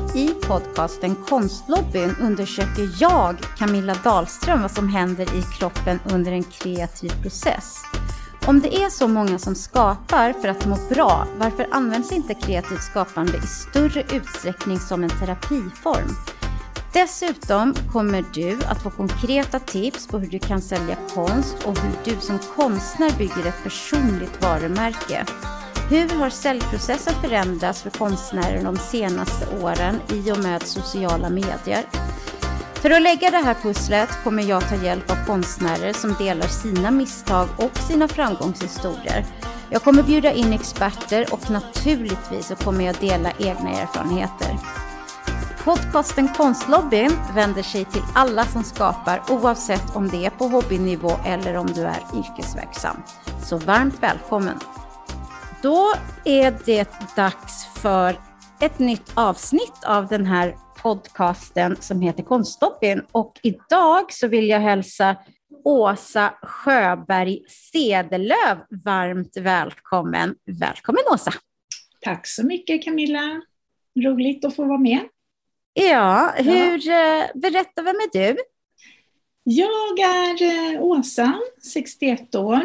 I podcasten Konstlobbyn undersöker jag, Camilla Dahlström, vad som händer i kroppen under en kreativ process. Om det är så många som skapar för att må bra, varför används inte kreativt skapande i större utsträckning som en terapiform? Dessutom kommer du att få konkreta tips på hur du kan sälja konst och hur du som konstnär bygger ett personligt varumärke. Hur har säljprocessen förändrats för konstnärer de senaste åren i och med sociala medier? För att lägga det här pusslet kommer jag ta hjälp av konstnärer som delar sina misstag och sina framgångshistorier. Jag kommer bjuda in experter och naturligtvis så kommer jag dela egna erfarenheter. Podcasten Konstlobbyn vänder sig till alla som skapar oavsett om det är på hobbynivå eller om du är yrkesverksam. Så varmt välkommen! Då är det dags för ett nytt avsnitt av den här podcasten som heter Konstlobbyn. Och idag så vill jag hälsa Åsa Sjöberg Sedelöv varmt välkommen. Välkommen Åsa! Tack så mycket Camilla. Roligt att få vara med. Ja, berätta, vem är du? Jag är Åsa, 61 år.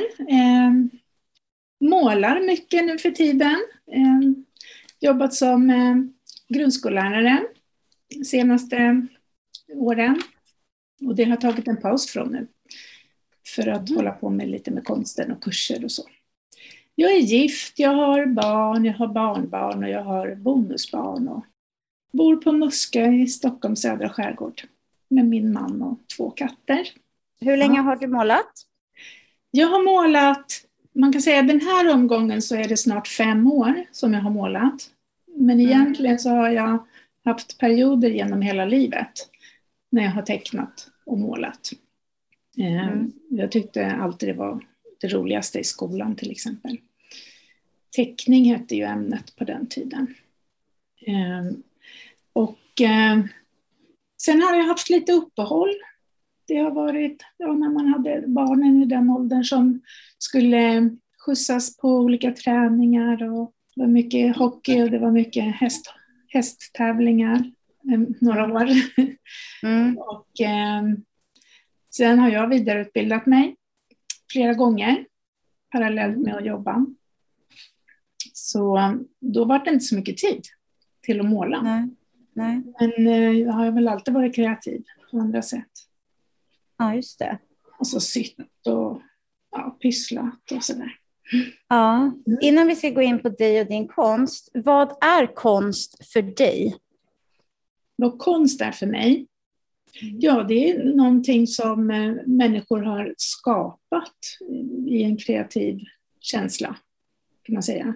Målar mycket nu för tiden. Jobbat som grundskollärare de senaste åren. Och det har tagit en paus från nu. För att hålla på med lite med konsten och kurser och så. Jag är gift, jag har barn, jag har barnbarn och jag har bonusbarn. Och bor på Muskö i Stockholms södra skärgård. Med min man och 2 katter. Hur länge har du målat? Jag har målat, man kan säga den här omgången så är det snart 5 år som jag har målat. Men egentligen så har jag haft perioder genom hela livet när jag har tecknat och målat. Jag tyckte alltid det var det roligaste i skolan till exempel. Teckning hette ju ämnet på den tiden. Sen har jag haft lite uppehåll. Det har varit när man hade barnen i den åldern som skulle skjutsas på olika träningar och det var mycket hockey och det var mycket hästtävlingar några år. Och sen har jag vidareutbildat mig flera gånger parallellt med att jobba. Så då var det inte så mycket tid till att måla. Nej. Men jag har väl alltid varit kreativ på andra sätt. Ja, just det. Och så sytt och pysslat och sådär. Ja, innan vi ska gå in på dig och din konst. Vad är konst för dig? Vad konst är för mig? Ja, det är någonting som människor har skapat i en kreativ känsla, kan man säga.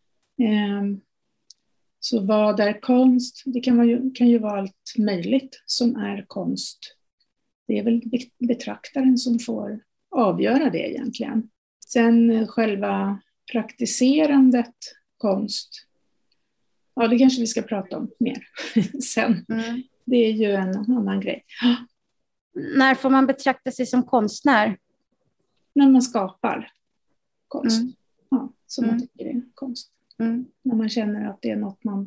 Så vad är konst? Det kan ju vara allt möjligt som är konst. Det är väl betraktaren som får avgöra det egentligen. Sen själva praktiserandet konst. Ja, det kanske vi ska prata om mer sen. Det är ju en annan grej. När får man betrakta sig som konstnär? När man skapar konst. Ja, som man tycker är konst. När man känner att det är något man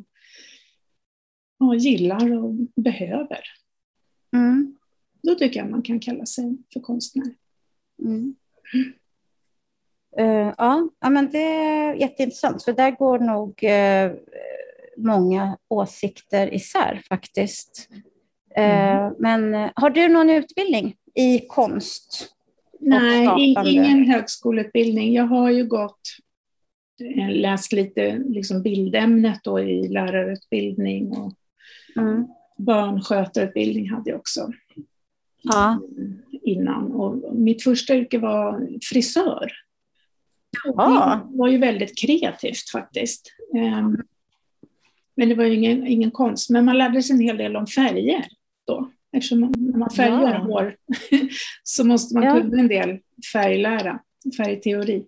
gillar och behöver. Då tycker jag man kan kalla sig för konstnär. Ja, men det är jätteintressant. För där går nog många åsikter isär faktiskt. Men har du någon utbildning i konst? Nej, ingen högskoleutbildning. Jag har ju läst lite liksom bildämnet då i lärarutbildning och barnskötarutbildning hade jag också innan. Och mitt första yrke var frisör. Det var ju väldigt kreativt faktiskt. Men det var ju ingen konst. Men man lärde sig en hel del om färger då. Eftersom när man färgar hår så måste man kunna en del färgteori.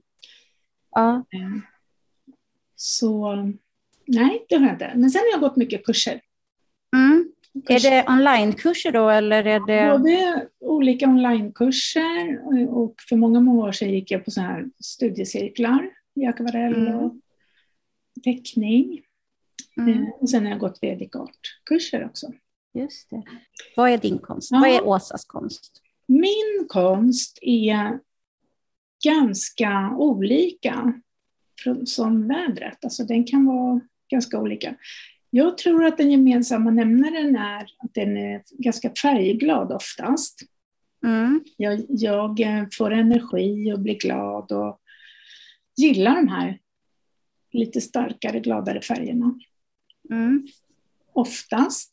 Så nej, det har jag inte. Men sen har jag gått mycket kurser. Är det onlinekurser då? Eller är det... Både olika onlinekurser och för många år sedan gick jag på så här studiecirklar i akvarell och teckning. Och sen har jag gått Vedic Art-kurser också. Just det. Vad är din konst? Ja. Vad är Åsas konst? Min konst är ganska olika som vädret. Alltså den kan vara ganska olika. Jag tror att den gemensamma nämnaren är att den är ganska färgglad oftast. Jag får energi och blir glad och gillar de här lite starkare, gladare färgerna. Oftast.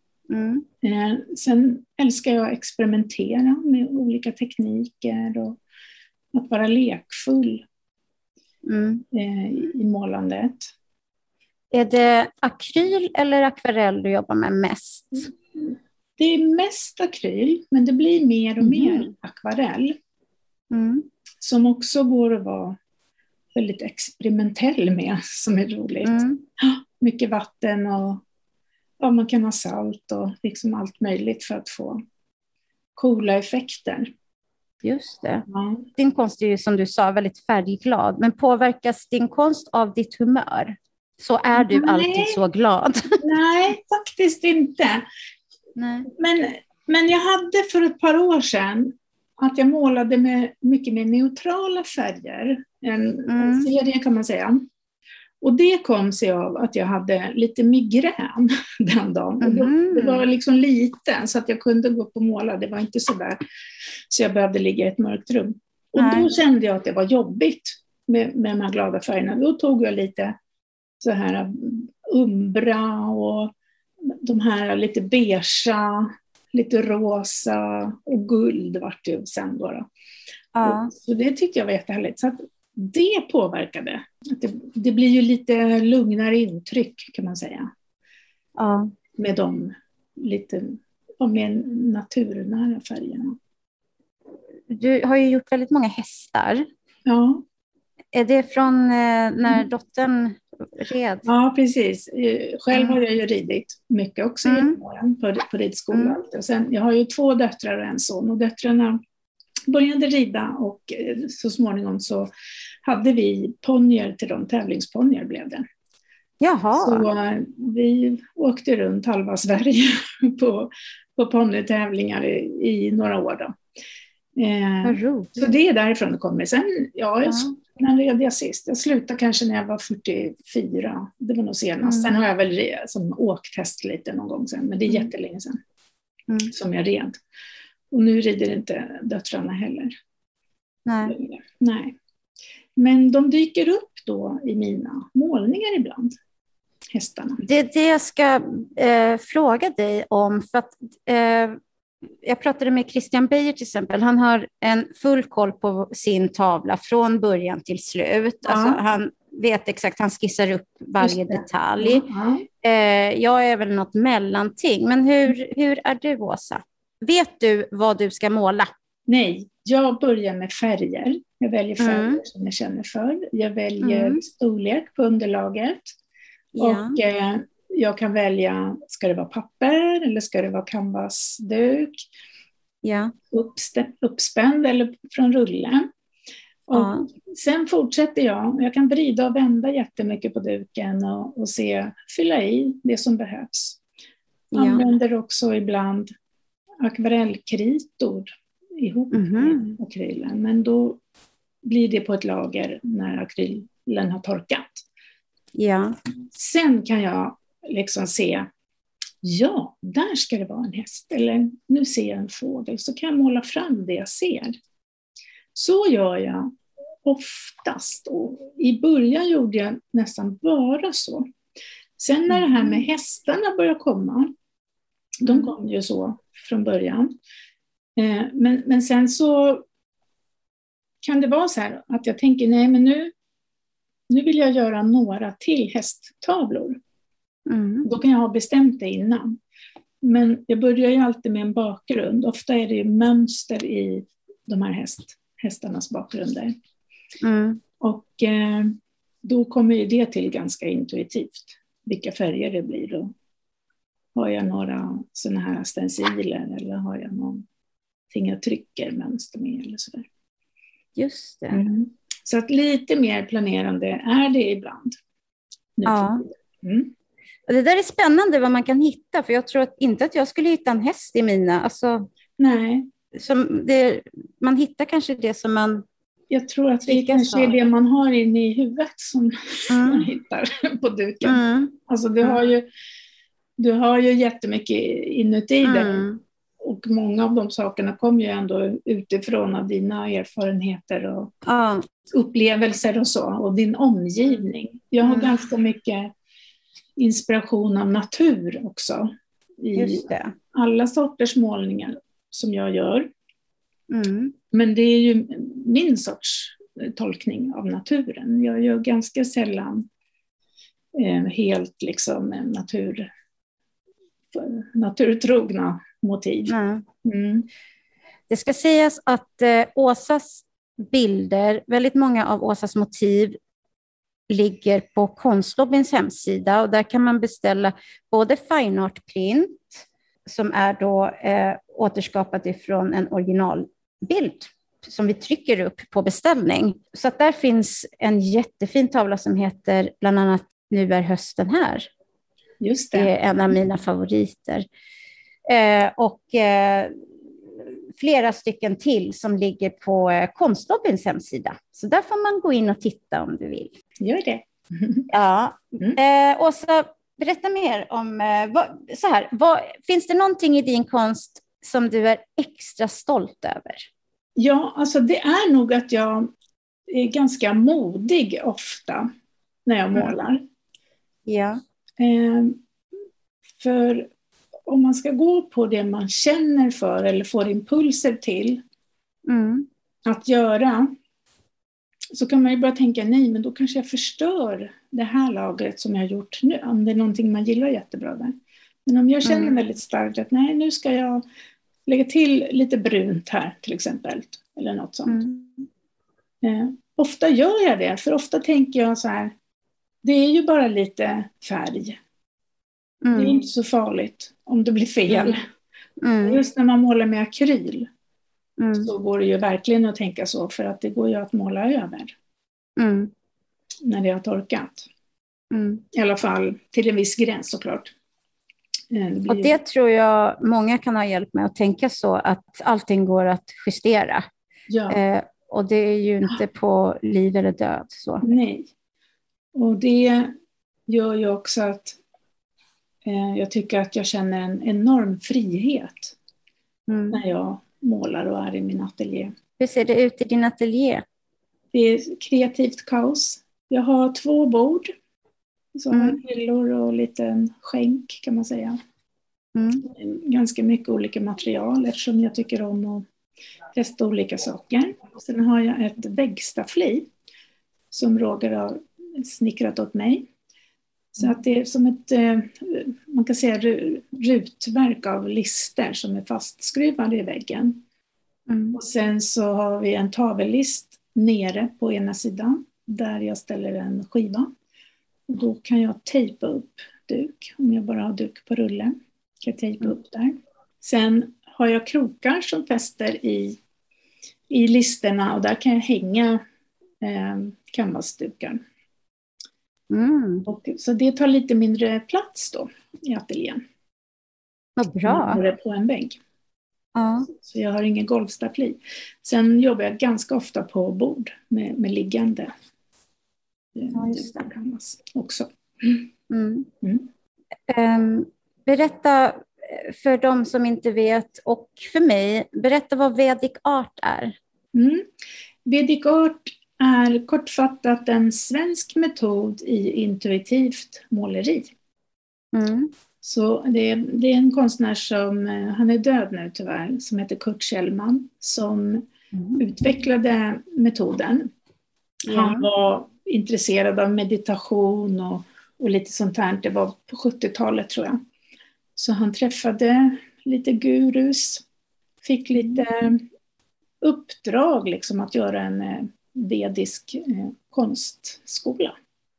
Sen älskar jag att experimentera med olika tekniker och att vara lekfull i målandet. Är det akryl eller akvarell du jobbar med mest? Det är mest akryl, men det blir mer och mer akvarell. Som också går att vara väldigt experimentell med, som är roligt. Mycket vatten och man kan ha salt och liksom allt möjligt för att få coola effekter. Just det. Ja. Din konst är ju som du sa väldigt färgglad, men påverkas din konst av ditt humör? Så är du alltid så glad? Nej, faktiskt inte. Nej. Men jag hade för ett par år sedan att jag målade med mycket mer neutrala färger. En serie kan man säga. Och det kom sig av att jag hade lite migrän den dagen. Och det var liksom lite så att jag kunde gå upp och måla. Det var inte så där så jag behövde ligga i ett mörkt rum. Och då kände jag att det var jobbigt med de här glada färgerna. Då tog jag lite så här umbra och de här lite beigea, lite rosa och guld vart det sen då. Ja. Så det tyckte jag var jättehärligt. Så att det påverkade. Det blir ju lite lugnare intryck kan man säga. Ja. Med de lite mer naturnära färgerna. Du har ju gjort väldigt många hästar. Ja. Är det från när dottern red? Ja, precis. Själv har jag ju ridit mycket också genom åren på ridskolan. Och sen, jag har ju 2 döttrar och en son. Och döttrarna började rida och så småningom så hade vi ponnyer till dem. Tävlingsponnyer blev det. Jaha. Så vi åkte runt halva Sverige på ponnytävlingar i några år då. Så det är därifrån det kommer. Sen, när red jag sist? Jag slutade kanske när jag var 44. Det var nog senast. Sen har jag väl åkt häst lite någon gång sen. Men det är jättelänge sedan som jag red. Och nu rider inte döttrarna heller. Nej. Men de dyker upp då i mina målningar ibland. Hästarna. Det är det jag ska fråga dig om. För att jag pratade med Christian Beijer till exempel. Han har en full koll på sin tavla från början till slut. Ja. Alltså, han vet exakt, han skissar upp varje detalj. Ja. Jag är väl något mellanting. Men hur är du, Åsa? Vet du vad du ska måla? Nej, jag börjar med färger. Jag väljer färger som jag känner för. Jag väljer storlek på underlaget. Ja. Och jag kan välja, ska det vara papper eller ska det vara canvasduk? Ja. Uppspänd eller från rulle. Och sen fortsätter jag kan vrida och vända jättemycket på duken och fylla i det som behövs. Jag använder också ibland akvarellkritor ihop med akrylen. Men då blir det på ett lager när akrylen har torkat. Ja. Sen kan jag liksom se, där ska det vara en häst. Eller nu ser jag en fågel. Så kan jag måla fram det jag ser. Så gör jag oftast. Och i början gjorde jag nästan bara så. Sen när det här med hästarna börjar komma. De kom ju så från början. Men sen så kan det vara så här att jag tänker, nej men nu vill jag göra några till hästtavlor. Då kan jag ha bestämt det innan. Men jag börjar ju alltid med en bakgrund. Ofta är det ju mönster i de här hästarnas bakgrunder. Och då kommer ju det till ganska intuitivt. Vilka färger det blir då. Har jag några sådana här stenciler eller har jag någonting jag trycker mönster med eller sådär. Just det. Så att lite mer planerande är det ibland. Och det där är spännande vad man kan hitta, för jag tror inte att jag skulle hitta en häst i mina. Alltså, Nej, man hittar kanske det som man... jag tror att det kanske är det man har inne i huvudet som man hittar på duken. Alltså du har ju jättemycket inuti dig. Och många av de sakerna kommer ju ändå utifrån av dina erfarenheter och upplevelser och så. Och din omgivning. Jag har ganska mycket inspiration av natur också. I alla sorters målningar som jag gör. Men det är ju min sorts tolkning av naturen. Jag gör ganska sällan helt liksom naturtrogna motiv. Det ska sägas att Åsas bilder, väldigt många av Åsas motiv ligger på Konstlobbyns hemsida, och där kan man beställa både fine art print som är då återskapat ifrån en originalbild som vi trycker upp på beställning. Så att där finns en jättefin tavla som heter bland annat Nu är hösten här. Just det. Det är en av mina favoriter. Och flera stycken till som ligger på Konstlobbyns hemsida. Så där får man gå in och titta om du vill. Gör det. Ja. Åsa, berätta mer om finns det någonting i din konst som du är extra stolt över? Ja, alltså det är nog att jag är ganska modig ofta när jag målar. Ja. För om man ska gå på det man känner för eller får impulser till att göra, så kan man ju bara tänka, nej, men då kanske jag förstör det här lagret som jag har gjort nu. Om det är någonting man gillar jättebra där. Men om jag känner väldigt starkt att nej, nu ska jag lägga till lite brunt här till exempel. Eller något sånt. Ofta gör jag det, för ofta tänker jag så här, det är ju bara lite färg. Det är inte så farligt om det blir fel. Just när man målar med akryl så går det ju verkligen att tänka så, för att det går ju att måla över när det har torkat. I alla fall till en viss gräns såklart. Och det tror jag många kan ha hjälp med att tänka så, att allting går att justera. Ja. Och det är ju inte på liv eller död. Så. Nej. Och det gör ju också att jag tycker att jag känner en enorm frihet när jag målar och är i min ateljé. Hur ser det ut i din ateljé? Det är kreativt kaos. Jag har 2 bord. Så har jag hyllor och liten skänk kan man säga. Ganska mycket olika material eftersom jag tycker om att testa olika saker. Sen har jag ett väggstaffli som Roger har snickrat åt mig. Så att det är som ett, man kan säga rutverk av lister som är fastskruvade i väggen. Och sen så har vi en tavellist nere på ena sidan där jag ställer en skiva. Och då kan jag tejpa upp duk, om jag bara har duk på rulle. Kan jag tejpa upp där. Sen har jag krokar som fäster i listerna, och där kan jag hänga canvasdukar. Så det tar lite mindre plats då i ateljén. Vad bra. Det på en vägg. Ja. Så jag har ingen golvstaffli. Sen jobbar jag ganska ofta på bord med liggande. Ja, just det. Också. Berätta för de som inte vet, och för mig, berätta vad Vedic Art är. Vedic Art är kortfattat en svensk metod i intuitivt måleri. Så det är en konstnär som, han är död nu tyvärr, som heter Kurt Kjellman, som utvecklade metoden. Han var intresserad av meditation och lite sånt här. Det var på 70-talet tror jag. Så han träffade lite gurus, fick lite uppdrag liksom att göra en vedisk konstskola.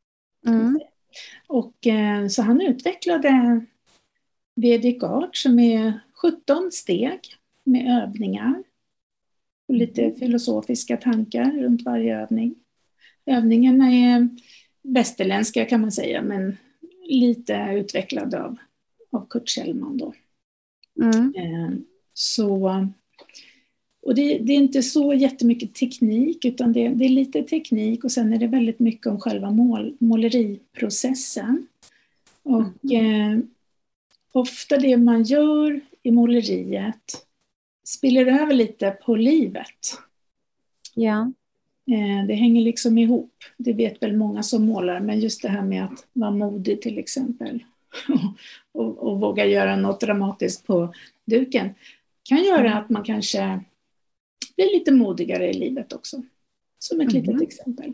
Och så han utvecklade Vedic Art som är 17 steg med övningar och lite filosofiska tankar runt varje övning. Övningarna är västerländska kan man säga, men lite utvecklad av Kurt Kjellman då. Och det är inte så jättemycket teknik, utan det är lite teknik och sen är det väldigt mycket om själva måleriprocessen. Och ofta det man gör i måleriet spiller över lite på livet. Ja. Det hänger liksom ihop. Det vet väl många som målar, men just det här med att vara modig till exempel och våga göra något dramatiskt på duken kan göra att man kanske blir lite modigare i livet också. Som ett litet exempel.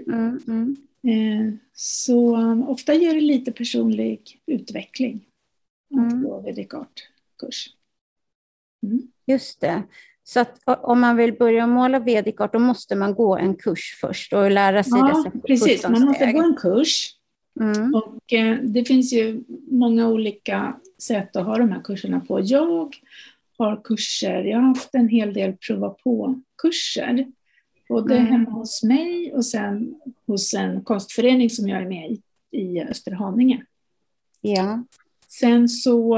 Så ofta ger det lite personlig utveckling att gå vedikart-kurs. Just det. Så att om man vill börja måla vedikart, då måste man gå en kurs först och lära sig dessa 17 precis. Man måste steg. gå en kurs. Och det finns ju många olika sätt att ha de här kurserna på. Jag har kurser, jag har haft en hel del prova på-kurser. Både hemma hos mig och sen hos en konstförening som jag är med i Österhaninge. Ja. Sen så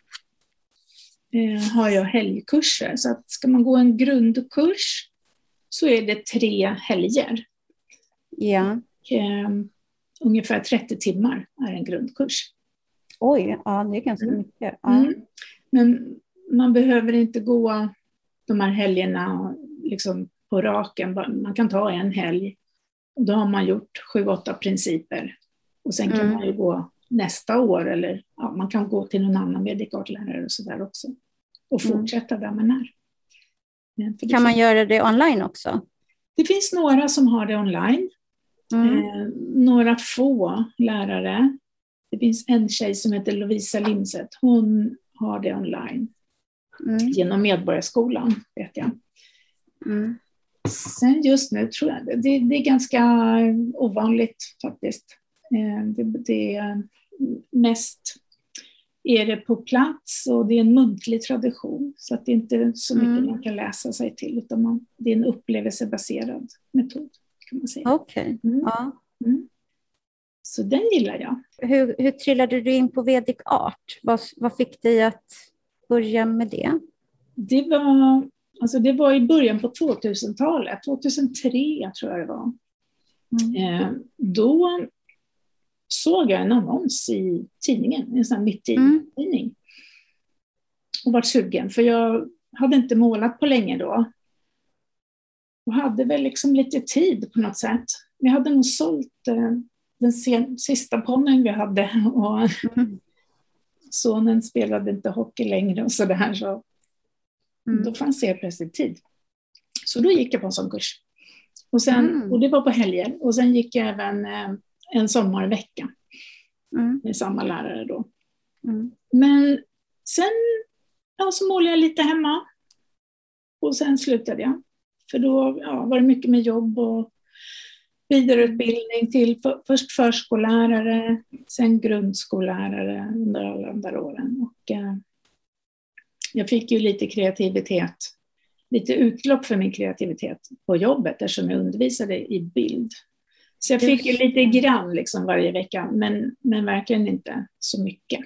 har jag helgkurser. Så att ska man gå en grundkurs så är det 3 helger. Ja. Och, ungefär 30 timmar är en grundkurs. Oj, ja, det är ganska mycket. Ja. Men man behöver inte gå de här helgerna liksom på raken. Man kan ta en helg och då har man gjort 7-8 principer. Och sen kan man ju gå nästa år eller man kan gå till någon annan vedikartlärare och sådär också. Och fortsätta där man är. Kan man göra det online också? Det finns några som har det online. Några få lärare. Det finns en tjej som heter Lovisa Limset. Hon har det online. Genom Medborgarskolan, vet jag. Sen just nu tror jag det är ganska ovanligt faktiskt. Det är mest är det på plats och det är en muntlig tradition. Så att det är inte så mycket man kan läsa sig till, utan det är en upplevelsebaserad metod kan man säga. Okej. Ja. Så den gillar jag. Hur trillade du in på vedikart? Vad fick dig att börja med det? Det var i början på 2000-talet, 2003 tror jag det var. Då såg jag en annons i tidningen, en sån här mitt i tidning. Och var sugen, för jag hade inte målat på länge då. Och hade väl liksom lite tid på något sätt. Vi hade nog sålt den sista ponnyn vi hade. Och sonen spelade inte hockey längre och sådär. Så då fanns det plötsligt tid. Så då gick jag på en sån kurs. Och det var på helger. Och sen gick jag även en sommarvecka med samma lärare då. Men sen så målade jag lite hemma. Och sen slutade jag. För då var det mycket med jobb och vidareutbildning till först förskollärare, sen grundskollärare under alla de där åren. Och jag fick ju lite kreativitet, lite utlopp för min kreativitet på jobbet eftersom jag undervisade i bild. Så jag fick ju lite grann liksom varje vecka, men verkligen inte så mycket.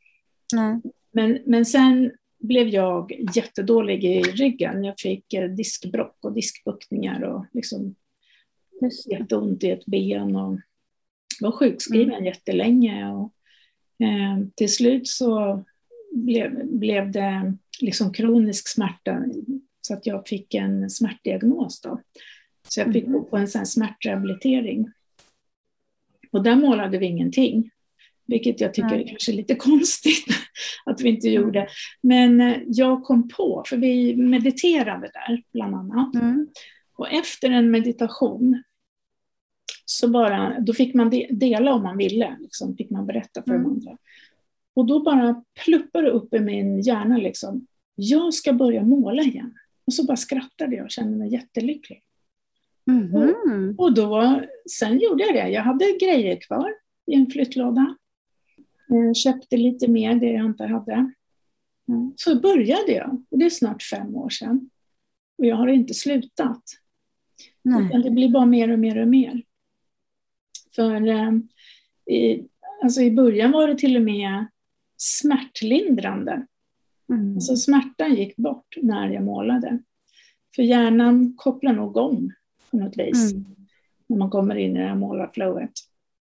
Men sen blev jag jättedålig i ryggen. Jag fick diskbråck och diskbuktningar och liksom jätteont i ett ben och var sjukskriven jättelänge. Och, till slut så blev det liksom kronisk smärta så att jag fick en smärtdiagnos då. Så jag fick gå på en sån här smärtrehabilitering. Och där målade vi ingenting. Vilket jag tycker är kanske lite konstigt att vi inte gjorde. Men jag kom på, för vi mediterade där bland annat. Och efter en meditation så då fick man dela om man ville. Liksom, fick man berätta för de andra. Och då bara pluppade upp i min hjärna liksom. Jag ska börja måla igen. Och så bara skrattade jag och kände mig jättelycklig. Och då, sen gjorde jag det. Jag hade grejer kvar i en flyttlåda. Köpte lite mer det jag inte hade. Så började jag. Och det är snart 5 år sedan. Och jag har inte slutat. Utan det blir bara mer och mer och mer. För alltså i början var det till och med smärtlindrande. Så smärtan gick bort när jag målade. För hjärnan kopplar nog om på något vis när man kommer in i det här målarflowet.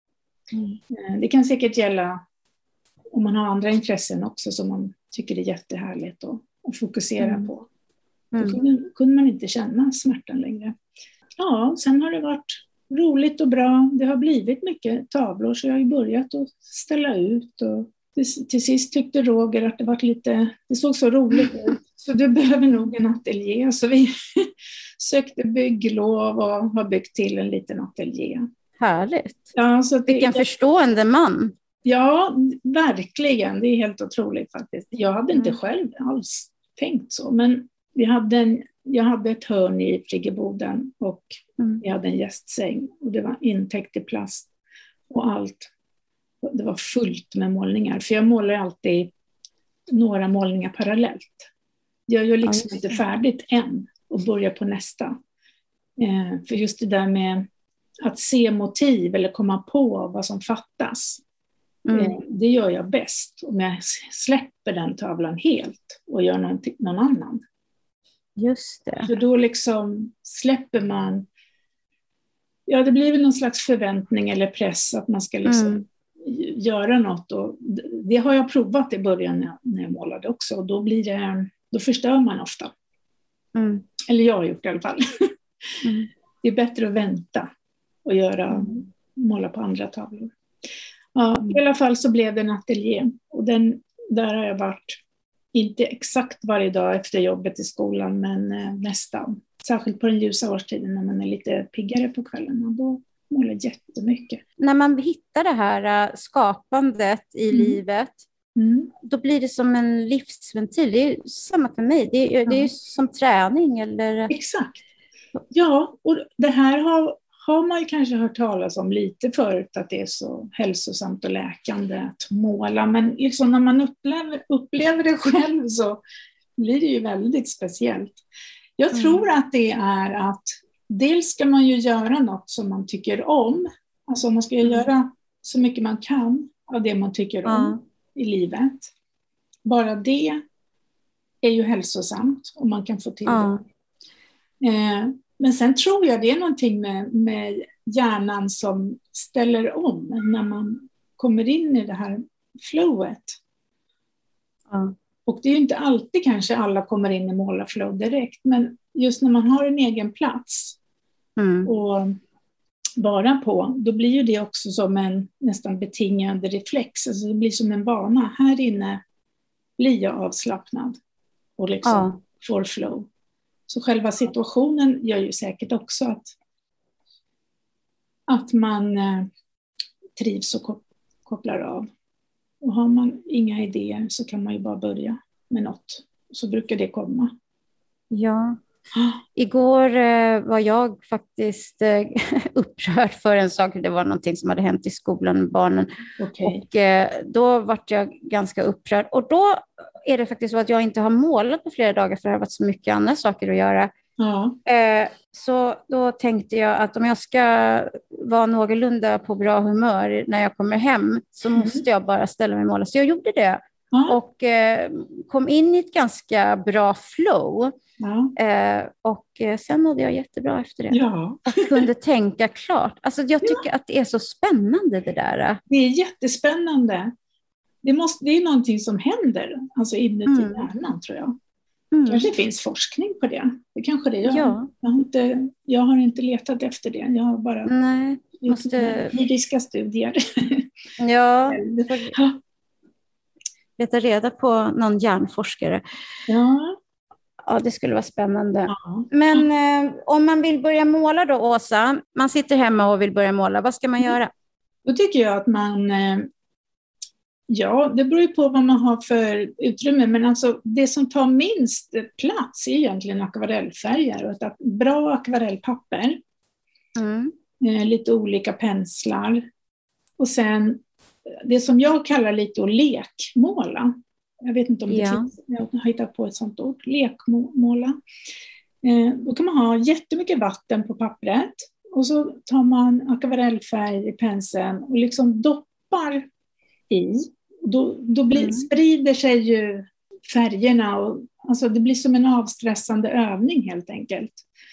Det kan säkert gälla om man har andra intressen också som man tycker är jättehärligt att fokusera på. Då kunde man inte känna smärtan längre. Ja, sen har det varit roligt och bra. Det har blivit mycket tavlor så jag har ju börjat att ställa ut. Och till sist tyckte Roger att det såg så roligt ut. Så du behöver nog en ateljé. Så vi sökte bygglov och har byggt till en liten ateljé. Härligt. Ja, så vilken förstående man. Ja, verkligen. Det är helt otroligt faktiskt. Jag hade inte själv alls tänkt så. Men jag hade ett hörn i friggeboden och jag hade en gästsäng. Och det var intäckt i plast och allt. Det var fullt med målningar. För jag målar alltid några målningar parallellt. Jag gör liksom inte färdigt än och börjar på nästa. För just det där med att se motiv eller komma på vad som fattas. Det gör jag bäst om jag släpper den tavlan helt och gör någon annan. Just det. För då liksom släpper man, ja det blir väl någon slags förväntning eller press att man ska liksom göra något. Och det har jag provat i början när jag målade också. Och då förstör man ofta. Eller jag har gjort det i alla fall. Det är bättre att vänta och måla på andra tavlor. Ja, i alla fall så blev det en ateljé. Och där har jag varit, inte exakt varje dag efter jobbet i skolan, men nästan. Särskilt på den ljusa årstiden när man är lite piggare på kvällen. Då målar jag jättemycket. När man hittar det här skapandet i livet, då blir det som en livsventil. Det är samma för mig. Det är som träning. Eller... Exakt. Ja, och det här har man ju kanske hört talas om lite förut, att det är så hälsosamt och läkande att måla. Men liksom när man upplever det själv så blir det ju väldigt speciellt. Jag tror att det är att dels ska man ju göra något som man tycker om. Alltså man ska göra så mycket man kan av det man tycker om i livet. Bara det är ju hälsosamt om man kan få till det. Men sen tror jag det är någonting med hjärnan som ställer om när man kommer in i det här flowet. Och det är ju inte alltid kanske alla kommer in i målarflow direkt, men just när man har en egen plats och vara på, då blir ju det också som en nästan betingande reflex. Alltså det blir som en vana. Här inne blir jag avslappnad och liksom får flow. Så själva situationen gör ju säkert också att man trivs och kopplar av. Och har man inga idéer så kan man ju bara börja med något. Så brukar det komma. Ja. Igår var jag faktiskt upprörd för en sak. Det var någonting som hade hänt i skolan med barnen. Okay. Och då var jag ganska upprörd. Och då är det faktiskt så att jag inte har målat på flera dagar för det har varit så mycket andra saker att göra. Så då tänkte jag att om jag ska vara någorlunda på bra humör när jag kommer hem så måste jag bara ställa mig och måla. Så jag gjorde det. Och kom in i ett ganska bra flow. Och sen mådde jag jättebra efter det. Och kunde tänka klart. Alltså jag tycker att det är så spännande det där. Det är jättespännande. Det är någonting som händer alltså inuti hjärnan tror jag. Kanske finns forskning på det. Det kanske det gör. Jag har inte letat efter det. Jag har bara gjort empiriska studier. Leta reda på någon hjärnforskare. Ja, det skulle vara spännande. Men om man vill börja måla då, Åsa, man sitter hemma och vill börja måla, vad ska man göra? Då tycker jag att man, det beror ju på vad man har för utrymme, men alltså det som tar minst plats är egentligen akvarellfärger och ett bra akvarellpapper. Lite olika penslar. Och sen det som jag kallar lite att lekmåla. Jag vet inte om det finns, jag har hittat på ett sånt ord. Lekmåla. Då kan man ha jättemycket vatten på pappret. Och så tar man akvarellfärg i penseln och liksom doppar i. Sprider sig ju färgerna. Och, alltså det blir som en avstressande övning helt enkelt.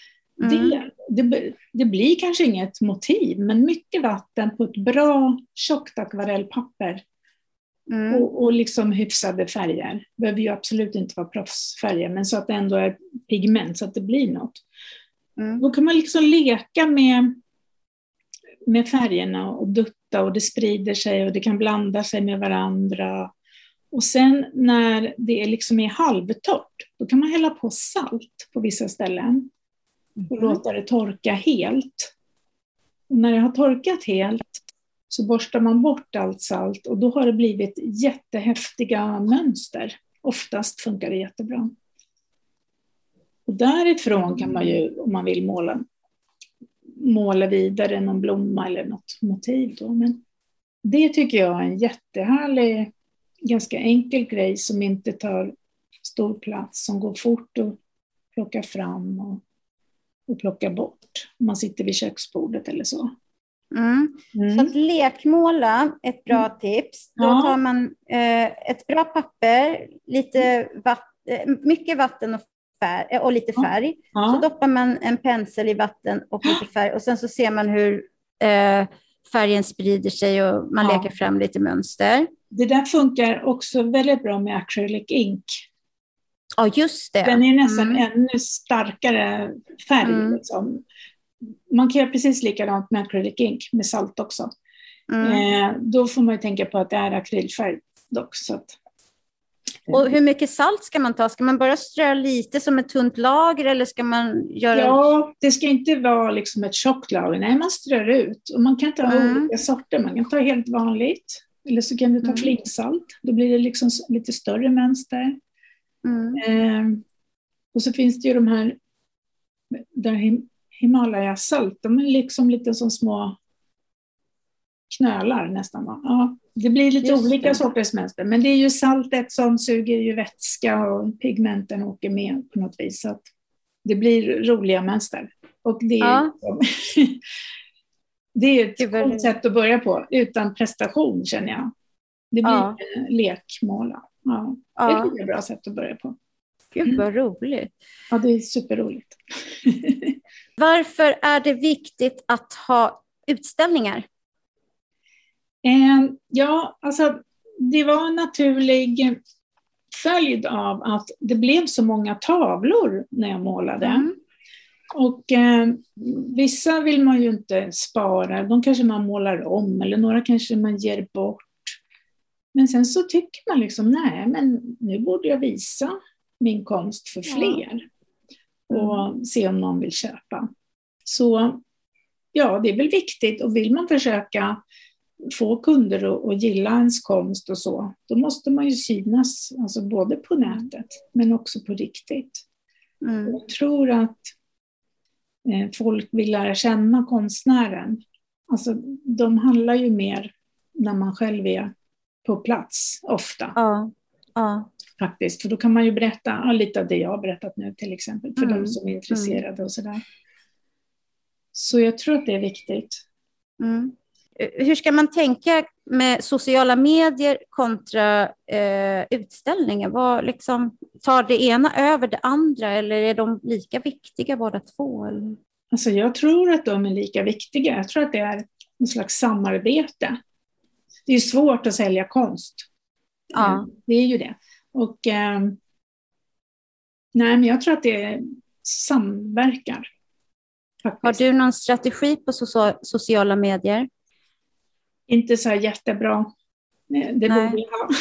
Det blir kanske inget motiv, men mycket vatten på ett bra tjockt akvarellpapper. Och liksom hyfsade färger. Det behöver ju absolut inte vara proffsfärger, men så att det ändå är pigment så att det blir något. Då kan man liksom leka med färgerna och dutta, och det sprider sig och det kan blanda sig med varandra. Och sen när det liksom är halvtorrt, då kan man hälla på salt på vissa ställen och låta det torka helt. Och när det har torkat helt så borstar man bort allt salt, och då har det blivit jättehäftiga mönster. Oftast funkar det jättebra. Och därifrån kan man ju, om man vill, måla vidare någon blomma eller något motiv då. Men det tycker jag är en jättehärlig, ganska enkel grej som inte tar stor plats, som går fort att plocka fram och plocka bort om man sitter vid köksbordet eller så. Så att lekmåla, ett bra tips. Då tar man ett bra papper, mycket vatten och lite färg. Så doppar man en pensel i vatten och lite färg, och sen så ser man hur färgen sprider sig och man leker fram lite mönster. Det där funkar också väldigt bra med acrylic ink. Ja, just det. Den är nästan ännu starkare färg. Liksom. Man kan göra precis likadant med acrylic ink, med salt också. Då får man ju tänka på att det är akrylfärg dock. Så att, och hur mycket salt ska man ta? Ska man bara strö lite som ett tunt lager, eller ska man göra... Ja, det ska inte vara liksom ett tjockt lager. Nej, man strör ut. Och man kan ta olika sorter. Man kan ta helt vanligt. Eller så kan du ta flingsalt. Då blir det liksom lite större mönster. Och så finns det ju de här Himalaya-salt. De är liksom lite som små knölar nästan. Ja, det blir lite olika sorters mönster. Men det är ju saltet som suger ju vätska, och pigmenten åker med på något vis. Så att det blir roliga mönster. Och det är, det är ett coolt sätt att börja på. Utan prestation, känner jag. Det blir lekmåla. Det är ett bra sätt att börja på. Gud vad roligt. Ja, det är superroligt. Varför är det viktigt att ha utställningar? Ja, alltså det var en naturlig följd av att det blev så många tavlor när jag målade. Och vissa vill man ju inte spara, de kanske man målar om, eller några kanske man ger bort. Men sen så tycker man liksom, nej, men nu borde jag visa min konst för fler. Och se om någon vill köpa. Så ja, det är väl viktigt, och vill man försöka få kunder att gilla ens konst och så, då måste man ju synas, alltså både på nätet men också på riktigt. Jag tror att folk vill lära känna konstnären. Alltså de handlar ju mer när man själv är på plats ofta. Faktiskt, för då kan man ju berätta lite av det jag har berättat nu till exempel, för de som är intresserade och sådär. Så jag tror att det är viktigt. Hur ska man tänka med sociala medier kontra utställningar? Vad liksom, tar det ena över det andra, eller är de lika viktiga båda två? Eller? Alltså jag tror att de är lika viktiga. Jag tror att det är en slags samarbete. Det är ju svårt att sälja konst. Det är ju det. Och nej, men jag tror att det samverkar. Faktiskt. Har du någon strategi på sociala medier? Inte så här jättebra. Det borde jag ha.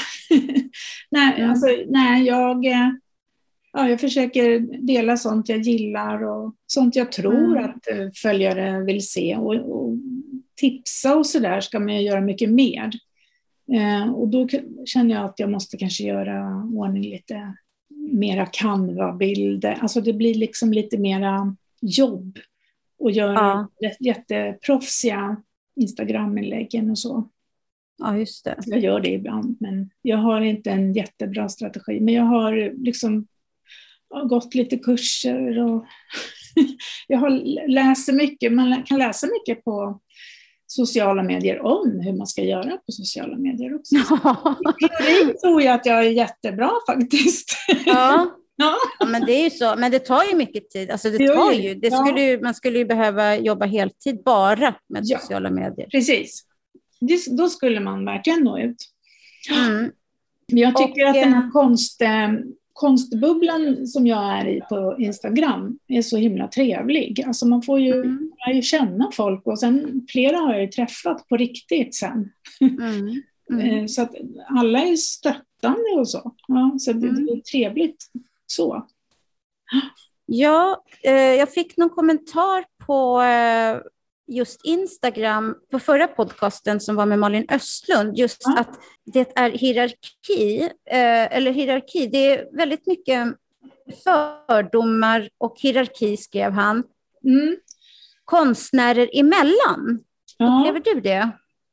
Jag försöker dela sånt jag gillar och sånt jag tror att följare vill se. Och tipsa och sådär ska man ju göra mycket mer. Och då känner jag att jag måste kanske göra ordning lite mera Canva-bilder. Alltså det blir liksom lite mera jobb och göra jätteproffsiga Instagram-inläggen och så. Ja, just det. Jag gör det ibland, men jag har inte en jättebra strategi. Men jag har liksom gått lite kurser och jag har läst mycket. Man kan läsa mycket på sociala medier om hur man ska göra på sociala medier också. I teorin tror jag att jag är jättebra faktiskt. Ja. Ja. Ja, men det är ju så. Men det tar ju mycket tid. Alltså man skulle ju behöva jobba heltid bara med sociala medier. Precis. Då skulle man verkligen nå ut. Mm. Jag tycker att den här konstbubblan som jag är i på Instagram är så himla trevlig. Alltså man får ju känna folk, och sen flera har jag ju träffat på riktigt sen. Så att alla är stöttande och så. Ja, så det är trevligt så. Ja, jag fick någon kommentar på just Instagram på förra podcasten som var med Malin Östlund, just att det är hierarki, det är väldigt mycket fördomar och hierarki, skrev han. Konstnärer emellan. Upplever du det?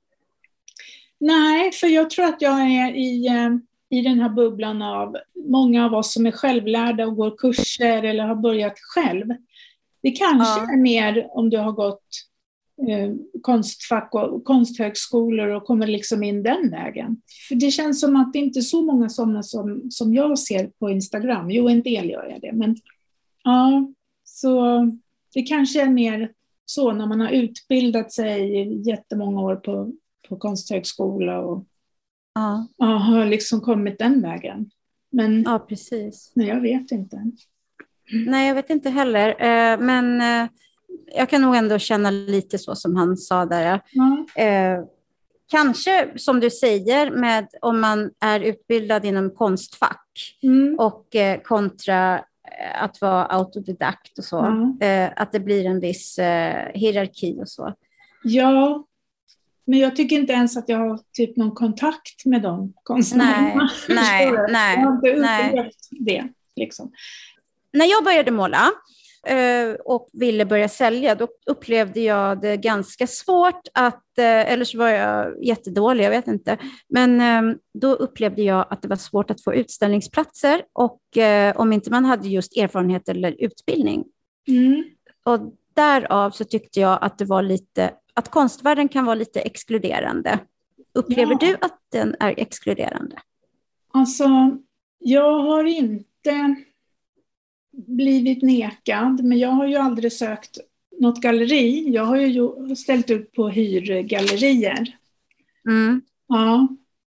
Nej, för jag tror att jag är i den här bubblan av många av oss som är självlärda och går kurser eller har börjat själv. Det kanske är mer om du har gått konstfack och konsthögskolor och kommer liksom in den vägen. För det känns som att det inte är så många sådana som jag ser på Instagram. Jo, en del gör jag det. Men ja, så det kanske är mer så när man har utbildat sig jättemånga år på konsthögskola och har liksom kommit den vägen. Men ja, precis. Nej, jag vet inte. Nej, jag vet inte heller. Men jag kan nog ändå känna lite så som han sa där. Kanske, som du säger, om man är utbildad inom konstfack och kontra att vara autodidakt och så. Att det blir en viss hierarki och så. Ja, men jag tycker inte ens att jag har typ någon kontakt med de konstnärerna. Nej. Jag har inte upplevt det liksom. När jag började måla och ville börja sälja, då upplevde jag det ganska svårt eller så var jag jättedålig, jag vet inte. Men då upplevde jag att det var svårt att få utställningsplatser och om inte man hade just erfarenhet eller utbildning. Och därav så tyckte jag att det var att konstvärlden kan vara lite exkluderande. Upplever du att den är exkluderande? Alltså, jag har inte blivit nekad, men jag har ju aldrig sökt något galleri. Jag har ju ställt ut på hyrgallerier. Ja.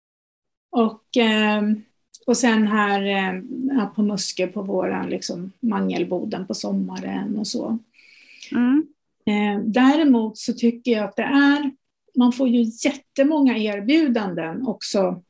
Och sen här på Muskö på våran liksom Mangelboden på sommaren och så. Däremot så tycker jag att man får ju jättemånga erbjudanden också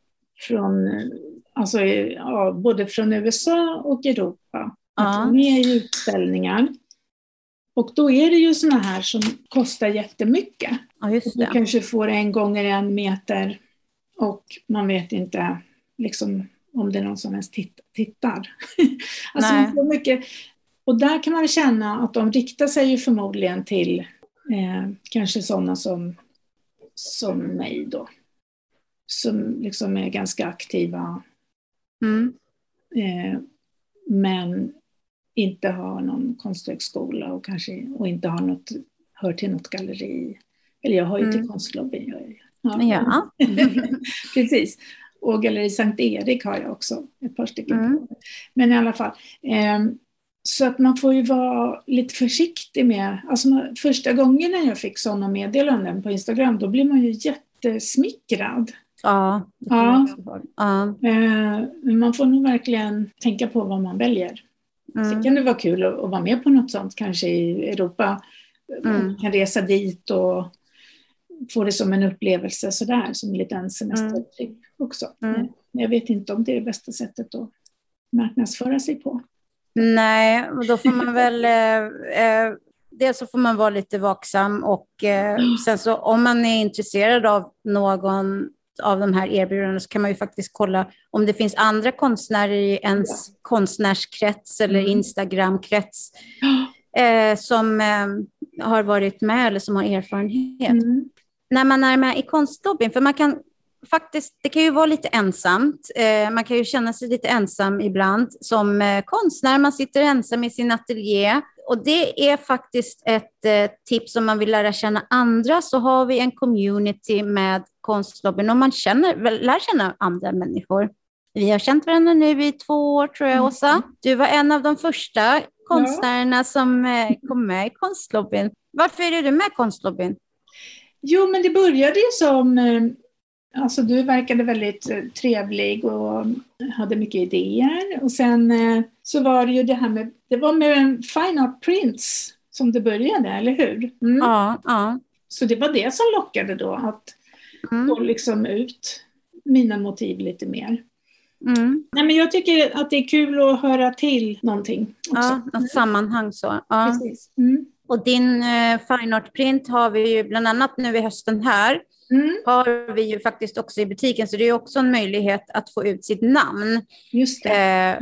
både från USA och Europa att vara med i utställningar. Och då är det ju såna här som kostar jättemycket. Ja, just det. Du kanske får 1 gånger 1 meter och man vet inte liksom om det är någon som ens tittar. Alltså man får mycket. Och där kan man känna att de riktar sig ju förmodligen till kanske sådana som mig då. Som liksom är ganska aktiva. Men inte har någon konsthögskola och inte har hör till något galleri. Eller jag har ju till konstlobbyn. Ja. Precis. Och Galleri Sankt Erik har jag också. Ett par stycken. Men i alla fall. Så att man får ju vara lite försiktig med. Alltså första gången när jag fick sådana meddelanden på Instagram, då blir man ju jättesmickrad. Ja. Men man får nog verkligen tänka på vad man väljer. Så kan det vara kul att vara med på något sånt kanske i Europa. Man kan resa dit och få det som en upplevelse sådär, som en liten semestertripp också. Jag vet inte om det är det bästa sättet att marknadsföra sig på. Nej, då får man väl dels så får man vara lite vaksam och sen så om man är intresserad av någon av de här erbjudandena så kan man ju faktiskt kolla om det finns andra konstnärer i ens konstnärskrets eller Instagramkrets som har varit med eller som har erfarenhet. När man är med i konstlobbyn, för man kan faktiskt, det kan ju vara lite ensamt. Man kan ju känna sig lite ensam ibland som konstnär. Man sitter ensam i sin ateljé Och det är faktiskt ett tips om man vill lära känna andra, så har vi en community med konstlobbyn och man lär känna andra människor. Vi har känt varandra nu i 2 år tror jag, Åsa. Du var en av de första konstnärerna som kom med i konstlobbyn. Varför är du med i konstlobbyn? Jo, men det började ju som... Alltså du verkade väldigt trevlig och hade mycket idéer. Och sen så var det ju det här med... Det var med Fine Art Prints som det började, eller hur? Mm. Ja. Så det var det som lockade då, att få liksom ut mina motiv lite mer. Mm. Nej, men jag tycker att det är kul att höra till någonting också. Ja, ett sammanhang så. Ja. Precis. Mm. Och din Fine Art Print har vi ju bland annat nu i hösten här. Har vi ju faktiskt också i butiken, så det är också en möjlighet att få ut sitt namn. Just det.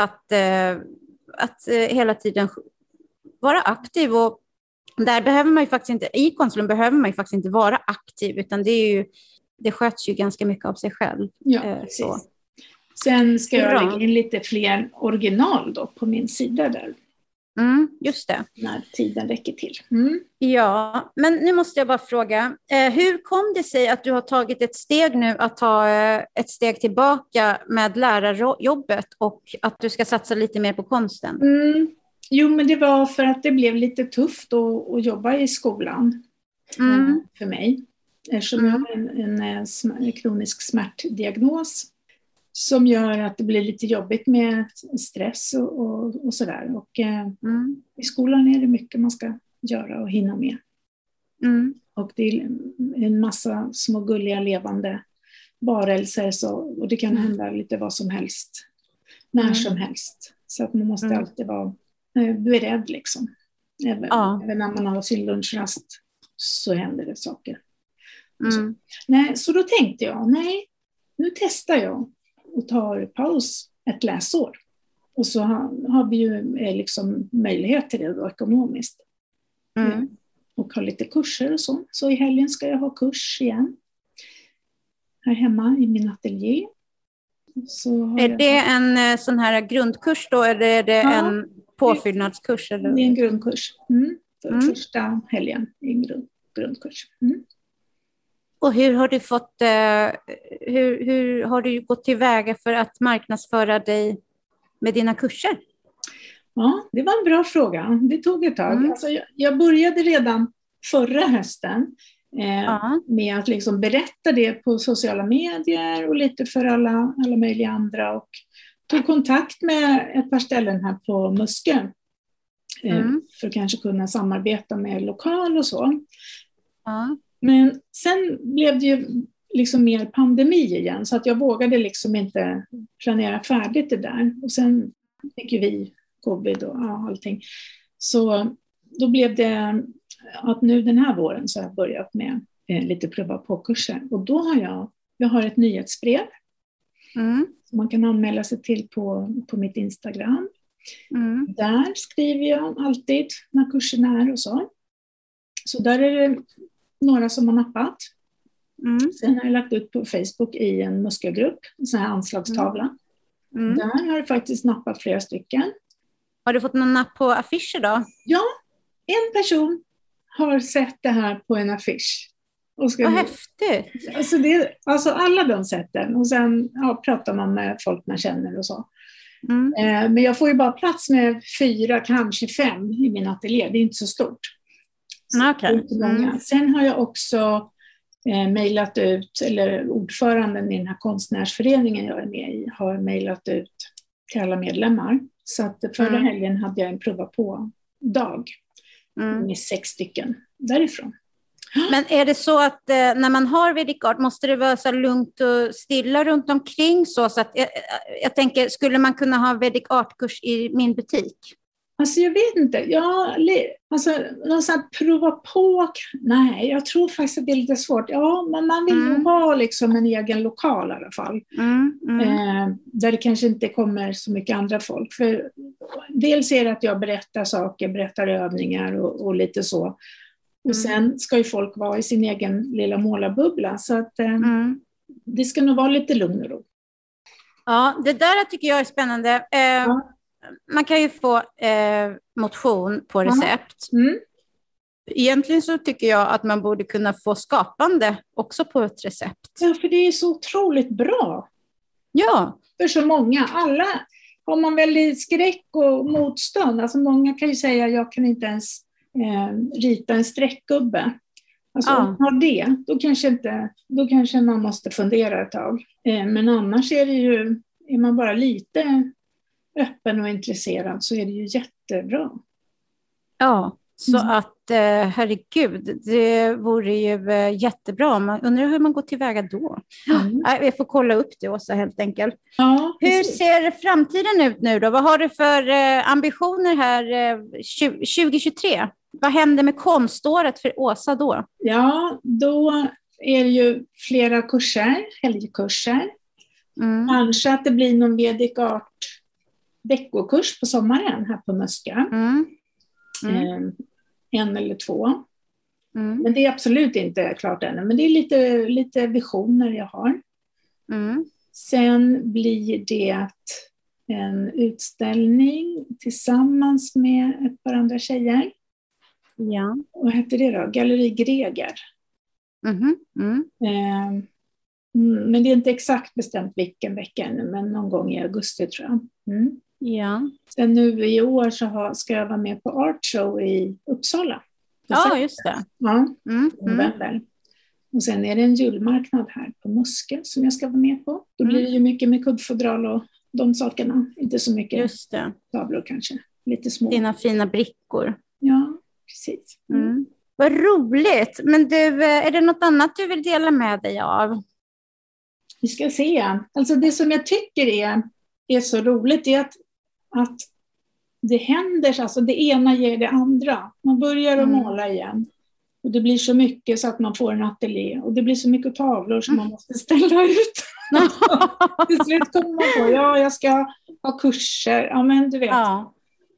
Att hela tiden vara aktiv, och där behöver man ju faktiskt inte, i konstlobbyn behöver man ju faktiskt inte vara aktiv, utan det sköts ju ganska mycket av sig själv. Ja, precis. Så. Sen ska jag lägga in lite fler original då på min sida där. Just det. När tiden räcker till. Ja, men nu måste jag bara fråga. Hur kom det sig att du har tagit ett steg nu att ta ett steg tillbaka med lärarjobbet och att du ska satsa lite mer på konsten? Jo, men det var för att det blev lite tufft att jobba i skolan för mig. Eftersom jag har en kronisk smärtdiagnos som gör att det blir lite jobbigt med stress och sådär. Och i skolan är det mycket man ska göra och hinna med. Och det är en massa små gulliga levande varelser, och det kan hända lite vad som helst, när som helst. Så att man måste alltid vara beredd liksom. Även när man har sin lunchrast så händer det saker. Så då tänkte jag, nu testar jag och tar paus ett läsår. Och så har vi ju liksom möjlighet till det då, ekonomiskt. Och ha lite kurser och så. Så i helgen ska jag ha kurs igen. Här hemma i min ateljé. Är det en sån här grundkurs då? Eller är det en påfyllnadskurs? Eller? Det är en grundkurs. För första helgen är en grundkurs. Och hur har du hur har du gått tillväga för att marknadsföra dig med dina kurser? Ja, det var en bra fråga. Det tog ett tag. Alltså, jag började redan förra hösten med att liksom berätta det på sociala medier och lite för alla möjliga andra, och tog kontakt med ett par ställen här på Muskö för att kanske kunna samarbeta med lokal och så. Men sen blev det ju liksom mer pandemi igen, så att jag vågade liksom inte planera färdigt det där. Och sen fick ju vi covid och allting. Så då blev det att nu den här våren så har jag börjat med lite pröva på-kurser. Och då har jag har ett nyhetsbrev som man kan anmäla sig till på mitt Instagram. Där skriver jag alltid när kurserna är och så. Så där är det några som har nappat. Sen har jag lagt ut på Facebook i en Muskö-grupp, en sån här anslagstavla. Där har det faktiskt nappat flera stycken. Har du fått någon napp på affischer då? Ja, en person har sett det här på en affisch. Vad häftigt! Alltså alla de sätten. Och sen pratar man med folk man känner och så. Men jag får ju bara plats med 4, kanske 5 i min ateljé. Det är inte så stort. Sen har jag också mejlat ut, eller ordföranden i den här konstnärsföreningen jag är med i har mejlat ut till alla medlemmar. Så att förra helgen hade jag en prova på dag med 6 stycken därifrån. Men är det så att när man har Vedic Art måste det vara så lugnt och stilla runt omkring, så att jag tänker, skulle man kunna ha Vedic Art-kurs i min butik? Alltså jag vet inte. Någon sån här prova på. Nej, jag tror faktiskt att det är lite svårt. Ja, men man vill ju ha liksom en egen lokal i alla fall. Där det kanske inte kommer så mycket andra folk. För dels är det att jag berättar övningar och lite så. Och sen ska ju folk vara i sin egen lilla målarbubbla. Så att det ska nog vara lite lugn och ro. Ja, det där tycker jag är spännande. man kan ju få motion på recept. Mm. Egentligen så tycker jag att man borde kunna få skapande också på ett recept. Ja, för det är så otroligt bra. Ja. För så många. Alla har man väldigt skräck och motstånd. Alltså många kan ju säga att jag kan inte ens rita en streckgubbe. Alltså om man har det, då kanske man måste fundera ett tag. Men annars är man bara lite öppen och intresserad så är det ju jättebra. Ja, så att herregud, det vore ju jättebra. Man undrar hur man går tillväga då. Vi får kolla upp det, Åsa, helt enkelt. Ja, hur ser framtiden ut nu då? Vad har du för ambitioner här 2023? Vad händer med konståret för Åsa då? Ja, då är det ju flera kurser, helgkurser. Kanske att det blir någon Vedic Art veckokurs på sommaren här på Muska. En eller två. Men det är absolut inte klart ännu. Men det är lite visioner jag har. Sen blir det en utställning tillsammans med ett par andra tjejer. Ja. Vad heter det då? Galleri Greger. Men det är inte exakt bestämt vilken vecka ännu, men någon gång i augusti tror jag. Ja. Sen nu i år så ska jag vara med på Art Show i Uppsala. Ja, just det. Ja, november. Och sen är det en julmarknad här på Muske som jag ska vara med på. Då blir det ju mycket med kuddfodral och de sakerna. Inte så mycket just det. Tavlor kanske. Lite små. Dina fina brickor. Ja, precis. Vad roligt. Men du, är det något annat du vill dela med dig av? Vi ska se. Alltså det som jag tycker är så roligt är att det händer, alltså det ena ger det andra. Man börjar att måla igen. Och det blir så mycket så att man får en ateljé. Och det blir så mycket tavlor som man måste ställa ut. Till slut kommer man på, jag ska ha kurser. Ja, men du vet. Ja.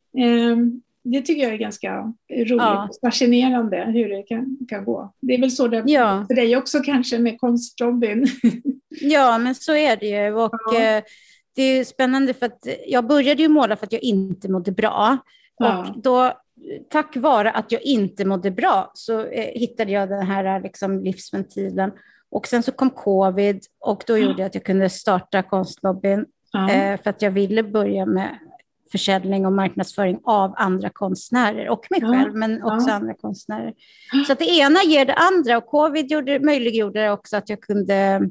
Det tycker jag är ganska roligt och fascinerande hur det kan gå. Det är väl så det för dig också kanske med konstjobbin. Ja, men så är det ju. Och det är spännande för att jag började ju måla för att jag inte mådde bra. Och då, tack vare att jag inte mådde bra så hittade jag den här liksom, livsventilen. Och sen så kom covid och då gjorde jag att jag kunde starta konstlobbyn. För att jag ville börja med försäljning och marknadsföring av andra konstnärer och mig själv, men också andra konstnärer. Så att det ena ger det andra och covid möjliggjorde också att jag kunde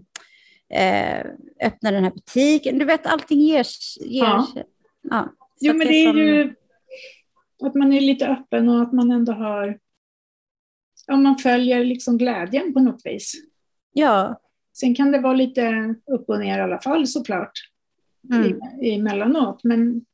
öppna den här butiken. Du vet, allting ger sig. Ja. Jo, men det är ju att man är lite öppen och att man ändå har, man följer liksom glädjen på något vis. Ja. Sen kan det vara lite upp och ner i alla fall såklart emellanåt, men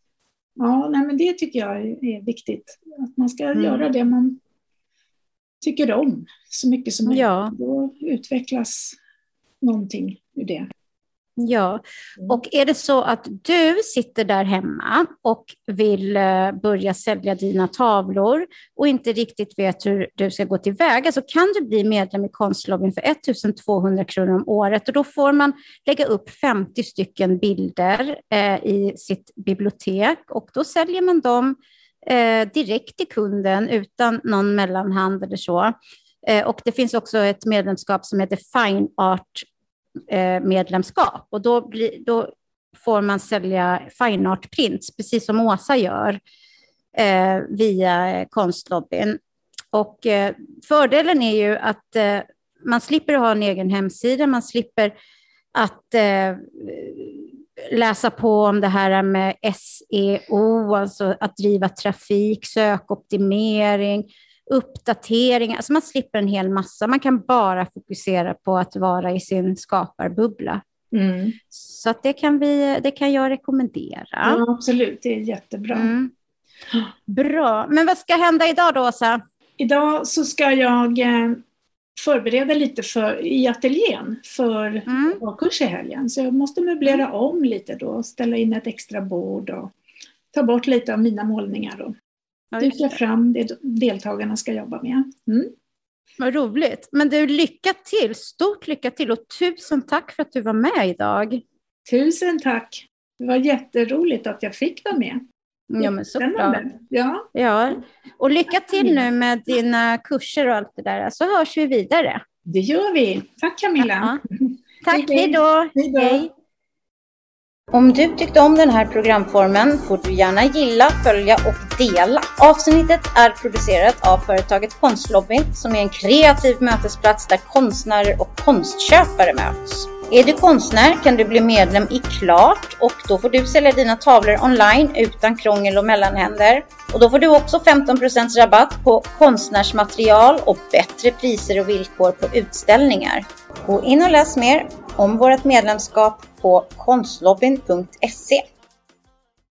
men det tycker jag är viktigt. Att man ska göra det man tycker om så mycket som möjligt. Ja. Då utvecklas någonting ur det. Ja, och är det så att du sitter där hemma och vill börja sälja dina tavlor och inte riktigt vet hur du ska gå tillväga, så kan du bli medlem i konstlobbyn för 1200 kronor om året, och då får man lägga upp 50 stycken bilder i sitt bibliotek, och då säljer man dem direkt till kunden utan någon mellanhand eller så. Och det finns också ett medlemskap som heter Fine Art medlemskap, och då får man sälja fine art prints precis som Åsa gör via konstlobbyn. Och fördelen är ju att man slipper ha en egen hemsida, man slipper att läsa på om det här med SEO, alltså att driva trafik, sökoptimering, uppdatering, alltså man slipper en hel massa. Man kan bara fokusera på att vara i sin skaparbubbla. Så att det kan jag rekommendera. Ja, absolut, det är jättebra. Bra, men vad ska hända idag då, Åsa? Idag så ska jag förbereda lite i ateljén för kurs i helgen. Så jag måste möblera om lite då, ställa in ett extra bord och ta bort lite av mina målningar och duka fram det deltagarna ska jobba med. Vad roligt. Men du, stort lycka till och tusen tack för att du var med idag. Tusen tack. Det var jätteroligt att jag fick vara med. Ja, men så bra. Ja. Ja, och lycka till nu med dina kurser och allt det där. Så hörs vi vidare. Det gör vi. Tack Camilla. Ja. Tack, hej då. Hej. Om du tyckte om den här programformen får du gärna gilla, följa och dela. Avsnittet är producerat av företaget Konstlobbyn som är en kreativ mötesplats där konstnärer och konstköpare möts. Är du konstnär kan du bli medlem i Klart och då får du sälja dina tavlor online utan krångel och mellanhänder. Och då får du också 15% rabatt på konstnärsmaterial och bättre priser och villkor på utställningar. Gå in och läs mer om vårt medlemskap på konstlobbyn.se.